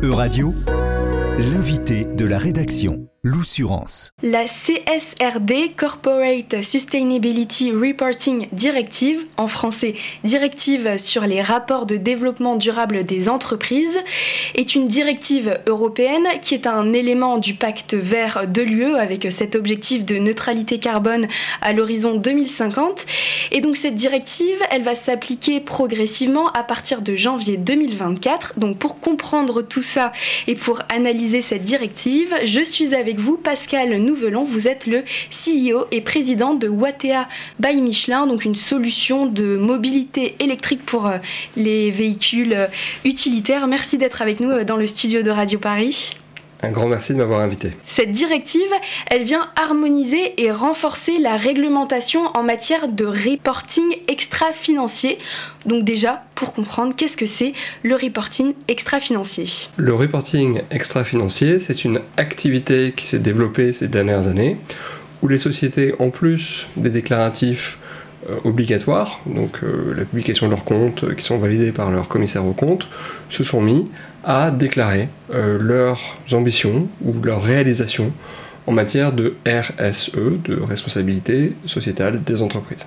Euradio, l'invité de la rédaction, l'Oussurance. La CSRD, Corporate Sustainability Reporting Directive, en français Directive sur les rapports de développement durable des entreprises, est une directive européenne qui est un élément du pacte vert de l'UE avec cet objectif de neutralité carbone à l'horizon 2050. Et donc cette directive, elle va s'appliquer progressivement à partir de janvier 2024. Donc pour comprendre tout ça et pour analyser cette directive, je suis avec vous, Pascal Nouvelon. Vous êtes le CEO et président de Watèa by Michelin, donc une solution de mobilité électrique pour les véhicules utilitaires. Merci d'être avec nous dans le studio de Radio Paris. Un grand merci de m'avoir invité. Cette directive, elle vient harmoniser et renforcer la réglementation en matière de reporting extra-financier. Donc déjà, pour comprendre, qu'est-ce que c'est le reporting extra-financier ? Le reporting extra-financier, c'est une activité qui s'est développée ces dernières années, où les sociétés, en plus des déclaratifs obligatoires, donc la publication de leurs comptes qui sont validés par leur commissaire aux comptes, se sont mis à déclarer leurs ambitions ou leurs réalisations en matière de RSE, de responsabilité sociétale des entreprises.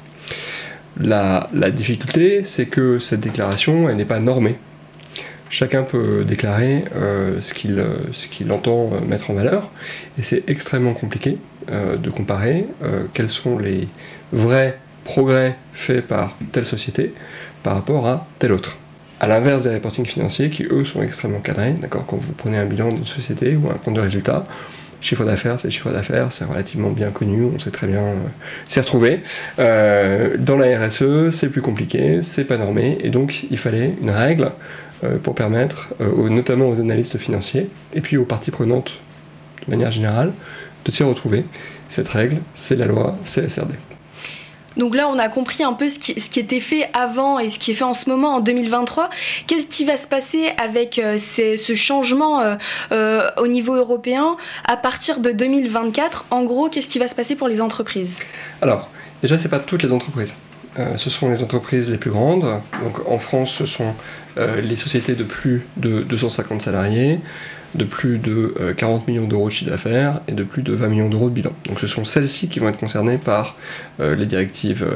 La difficulté, c'est que cette déclaration, elle n'est pas normée. Chacun peut déclarer ce qu'il entend mettre en valeur, et c'est extrêmement compliqué de comparer quels sont les vrais progrès faits par telle société par rapport à telle autre. À l'inverse des reportings financiers qui, eux, sont extrêmement cadrés. D'accord, quand vous prenez un bilan d'une société ou un compte de résultat, chiffre d'affaires, c'est le chiffre d'affaires, c'est relativement bien connu, on sait très bien s'y retrouver. Dans la RSE, c'est plus compliqué, c'est pas normé, et donc il fallait une règle pour permettre, notamment aux analystes financiers, et puis aux parties prenantes, de manière générale, de s'y retrouver. Cette règle, c'est la loi CSRD. Donc là, on a compris un peu ce qui était fait avant et ce qui est fait en ce moment, en 2023. Qu'est-ce qui va se passer avec ce changement au niveau européen à partir de 2024 ? En gros, qu'est-ce qui va se passer pour les entreprises ? Alors, déjà, ce n'est pas toutes les entreprises. Ce sont les entreprises les plus grandes. Donc, en France, ce sont les sociétés de plus de 250 salariés, de plus de 40 millions d'euros de chiffre d'affaires et de plus de 20 millions d'euros de bilan. Donc ce sont celles-ci qui vont être concernées par les directives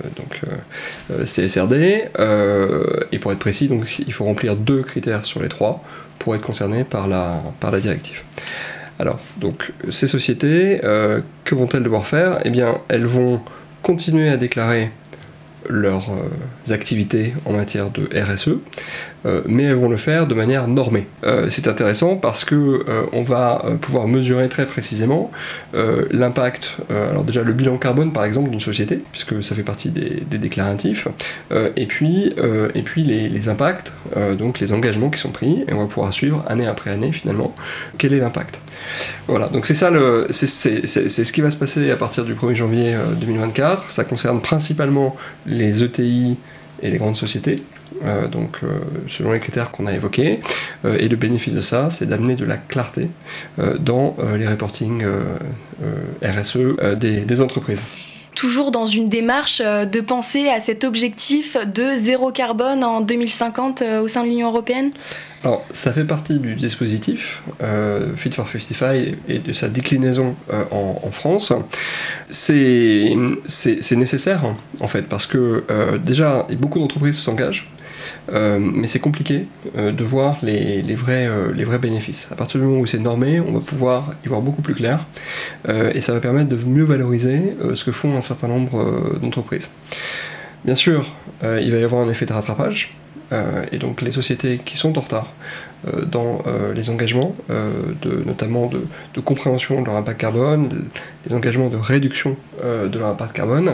CSRD. Et pour être précis, donc, il faut remplir 2 critères sur les 3 pour être concerné par la directive. Alors, donc, ces sociétés, que vont-elles devoir faire ? Eh bien, elles vont continuer à déclarer leurs activités en matière de RSE, mais elles vont le faire de manière normée. C'est intéressant parce que on va pouvoir mesurer très précisément l'impact, alors déjà le bilan carbone par exemple d'une société, puisque ça fait partie des déclaratifs, et puis les impacts, donc les engagements qui sont pris, et on va pouvoir suivre année après année finalement quel est l'impact. Voilà, donc c'est ça, c'est ce qui va se passer à partir du 1er janvier 2024. Ça concerne principalement les ETI et les grandes sociétés, selon les critères qu'on a évoqués. Et le bénéfice de ça, c'est d'amener de la clarté dans les reportings RSE des entreprises. Toujours dans une démarche de penser à cet objectif de zéro carbone en 2050 au sein de l'Union européenne ? Alors, ça fait partie du dispositif Fit for 55 et de sa déclinaison en France. C'est nécessaire, en fait, parce que déjà, beaucoup d'entreprises s'engagent, mais c'est compliqué de voir les vrais bénéfices. À partir du moment où c'est normé, on va pouvoir y voir beaucoup plus clair, et ça va permettre de mieux valoriser ce que font un certain nombre d'entreprises. Bien sûr, il va y avoir un effet de rattrapage, et donc les sociétés qui sont en retard dans les engagements, notamment de compréhension de leur impact carbone, les engagements de réduction de leur impact carbone,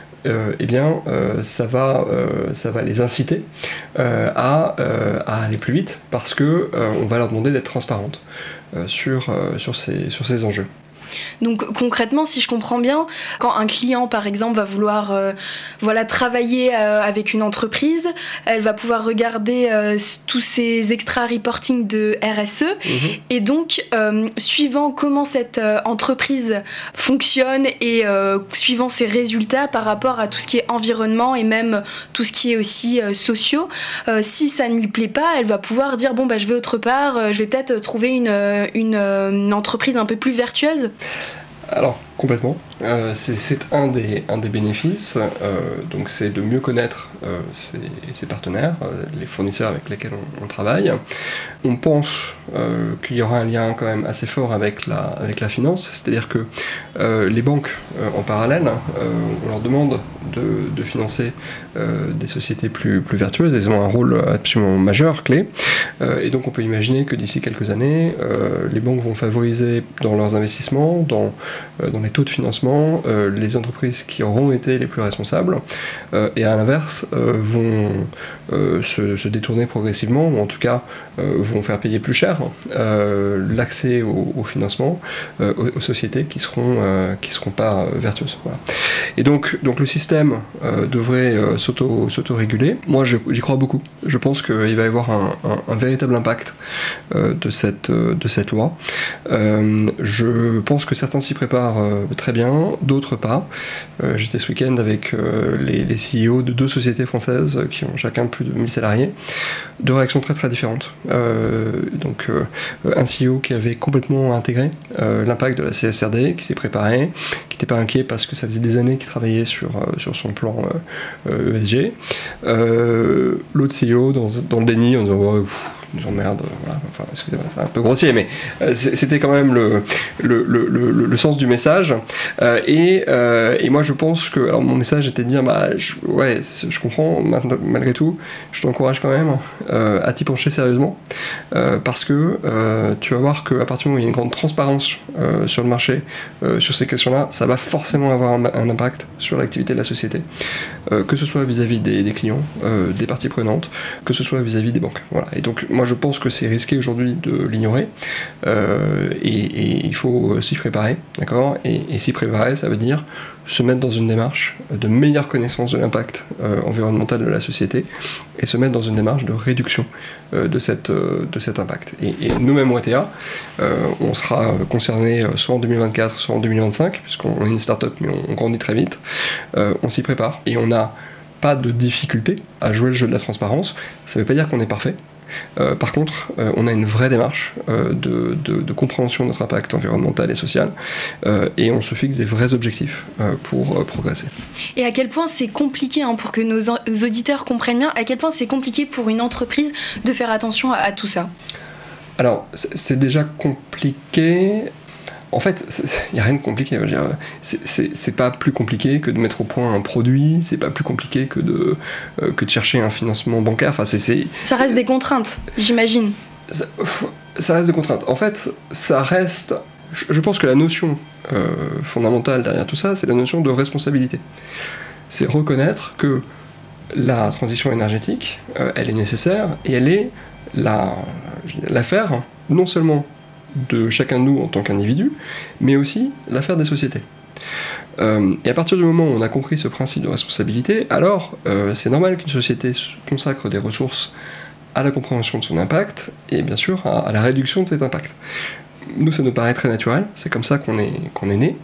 ça va les inciter à aller plus vite, parce que on va leur demander d'être transparentes sur ces enjeux. Donc concrètement, si je comprends bien, quand un client par exemple va vouloir travailler avec une entreprise, elle va pouvoir regarder tous ces extra reporting de RSE et donc suivant comment cette entreprise fonctionne et suivant ses résultats par rapport à tout ce qui est environnement et même tout ce qui est aussi sociaux, si ça ne lui plaît pas, elle va pouvoir dire bon je vais autre part, je vais peut-être trouver une entreprise un peu plus vertueuse. Alors, complètement. C'est un des bénéfices, donc c'est de mieux connaître ses partenaires, les fournisseurs avec lesquels on travaille. On pense qu'il y aura un lien quand même assez fort avec la finance, c'est-à-dire que les banques, en parallèle, on leur demande de financer des sociétés plus vertueuses, elles ont un rôle absolument majeur, clé, et donc on peut imaginer que d'ici quelques années, les banques vont favoriser dans leurs investissements, dans les taux de financement, les entreprises qui auront été les plus responsables, et à l'inverse, vont se détourner progressivement, ou en tout cas vont faire payer plus cher l'accès au financement aux sociétés qui seront pas vertueuses. Voilà. Et donc le système devrait s'auto-réguler. Moi j'y crois beaucoup. Je pense qu'il va y avoir un véritable impact de cette loi. Je pense que certains s'y préparent très bien, d'autres pas. J'étais ce week-end avec les CEO de 2 sociétés françaises qui ont chacun plus de 1000 salariés. 2 réactions très très différentes. Donc un CEO qui avait complètement intégré l'impact de la CSRD, qui s'est préparé, qui n'était pas inquiet parce que ça faisait des années qu'il travaillait sur son plan ESG. L'autre CEO dans le déni en disant nous emmerde, voilà. Enfin, excusez-moi, c'est un peu grossier, mais c'était quand même le sens du message. Et moi, je pense que, alors mon message était de dire, je comprends, malgré tout, je t'encourage quand même à t'y pencher sérieusement, parce que tu vas voir qu'à partir du moment où il y a une grande transparence sur le marché, sur ces questions-là, ça va forcément avoir un impact sur l'activité de la société, que ce soit vis-à-vis des clients, des parties prenantes, que ce soit vis-à-vis des banques. Voilà. Et donc, moi, je pense que c'est risqué aujourd'hui de l'ignorer, et il faut s'y préparer, d'accord ? Et s'y préparer, ça veut dire se mettre dans une démarche de meilleure connaissance de l'impact environnemental de la société et se mettre dans une démarche de réduction de cet impact. Et nous-mêmes, OTA, on sera concernés soit en 2024, soit en 2025, puisqu'on est une start-up, mais on grandit très vite. On s'y prépare et on n'a pas de difficulté à jouer le jeu de la transparence. Ça ne veut pas dire qu'on est parfait. Par contre, on a une vraie démarche de compréhension de notre impact environnemental et social, et on se fixe des vrais objectifs pour progresser. Et à quel point c'est compliqué, pour que nos auditeurs comprennent bien, à quel point c'est compliqué pour une entreprise de faire attention à tout ça ? Alors, c'est déjà compliqué. En fait, il n'y a rien de compliqué. Je veux dire, c'est pas plus compliqué que de mettre au point un produit, c'est pas plus compliqué que de chercher un financement bancaire. Enfin, ça reste des contraintes, j'imagine. Ça reste des contraintes. En fait, ça reste... Je pense que la notion fondamentale derrière tout ça, c'est la notion de responsabilité. C'est reconnaître que la transition énergétique, elle est nécessaire, et elle est l'affaire, non seulement de chacun de nous en tant qu'individu, mais aussi l'affaire des sociétés. Et à partir du moment où on a compris ce principe de responsabilité, alors c'est normal qu'une société consacre des ressources à la compréhension de son impact, et bien sûr à la réduction de cet impact. Nous, ça nous paraît très naturel, c'est comme ça qu'on est né,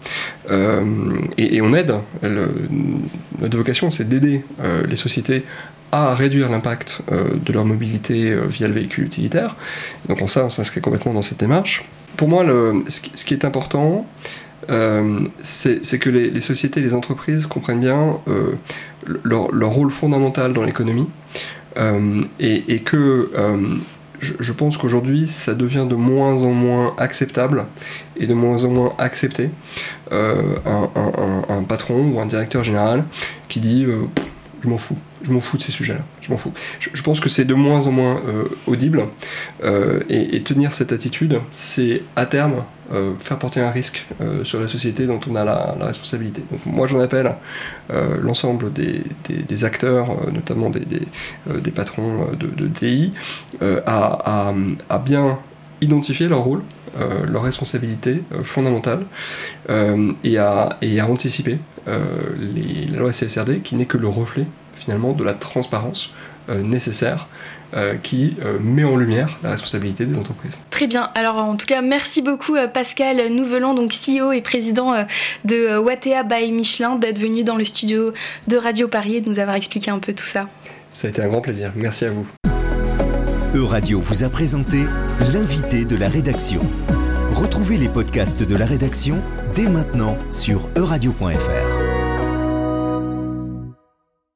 et on aide. Notre vocation, c'est d'aider les sociétés à réduire l'impact de leur mobilité via le véhicule utilitaire. Donc en ça, on s'inscrit complètement dans cette démarche. Pour moi, ce qui est important, c'est que les sociétés, les entreprises comprennent bien leur rôle fondamental dans l'économie, et que je pense qu'aujourd'hui, ça devient de moins en moins acceptable et de moins en moins accepté un patron ou un directeur général qui dit je m'en fous de ces sujets-là, je m'en fous. Je pense que c'est de moins en moins audible, et tenir cette attitude, c'est à terme faire porter un risque sur la société dont on a la responsabilité. Donc moi j'en appelle l'ensemble des acteurs, notamment des patrons de TI, à bien identifier leur rôle leurs responsabilités fondamentales et à anticiper la loi CSRD qui n'est que le reflet finalement de la transparence nécessaire qui met en lumière la responsabilité des entreprises. Très bien. Alors en tout cas, merci beaucoup Pascal Nouvelan, donc CEO et président de Watèa by Michelin, d'être venu dans le studio de Radio Paris et de nous avoir expliqué un peu tout ça. Ça a été un grand plaisir. Merci à vous. Euradio vous a présenté l'invité de la rédaction. Retrouvez les podcasts de la rédaction dès maintenant sur euradio.fr.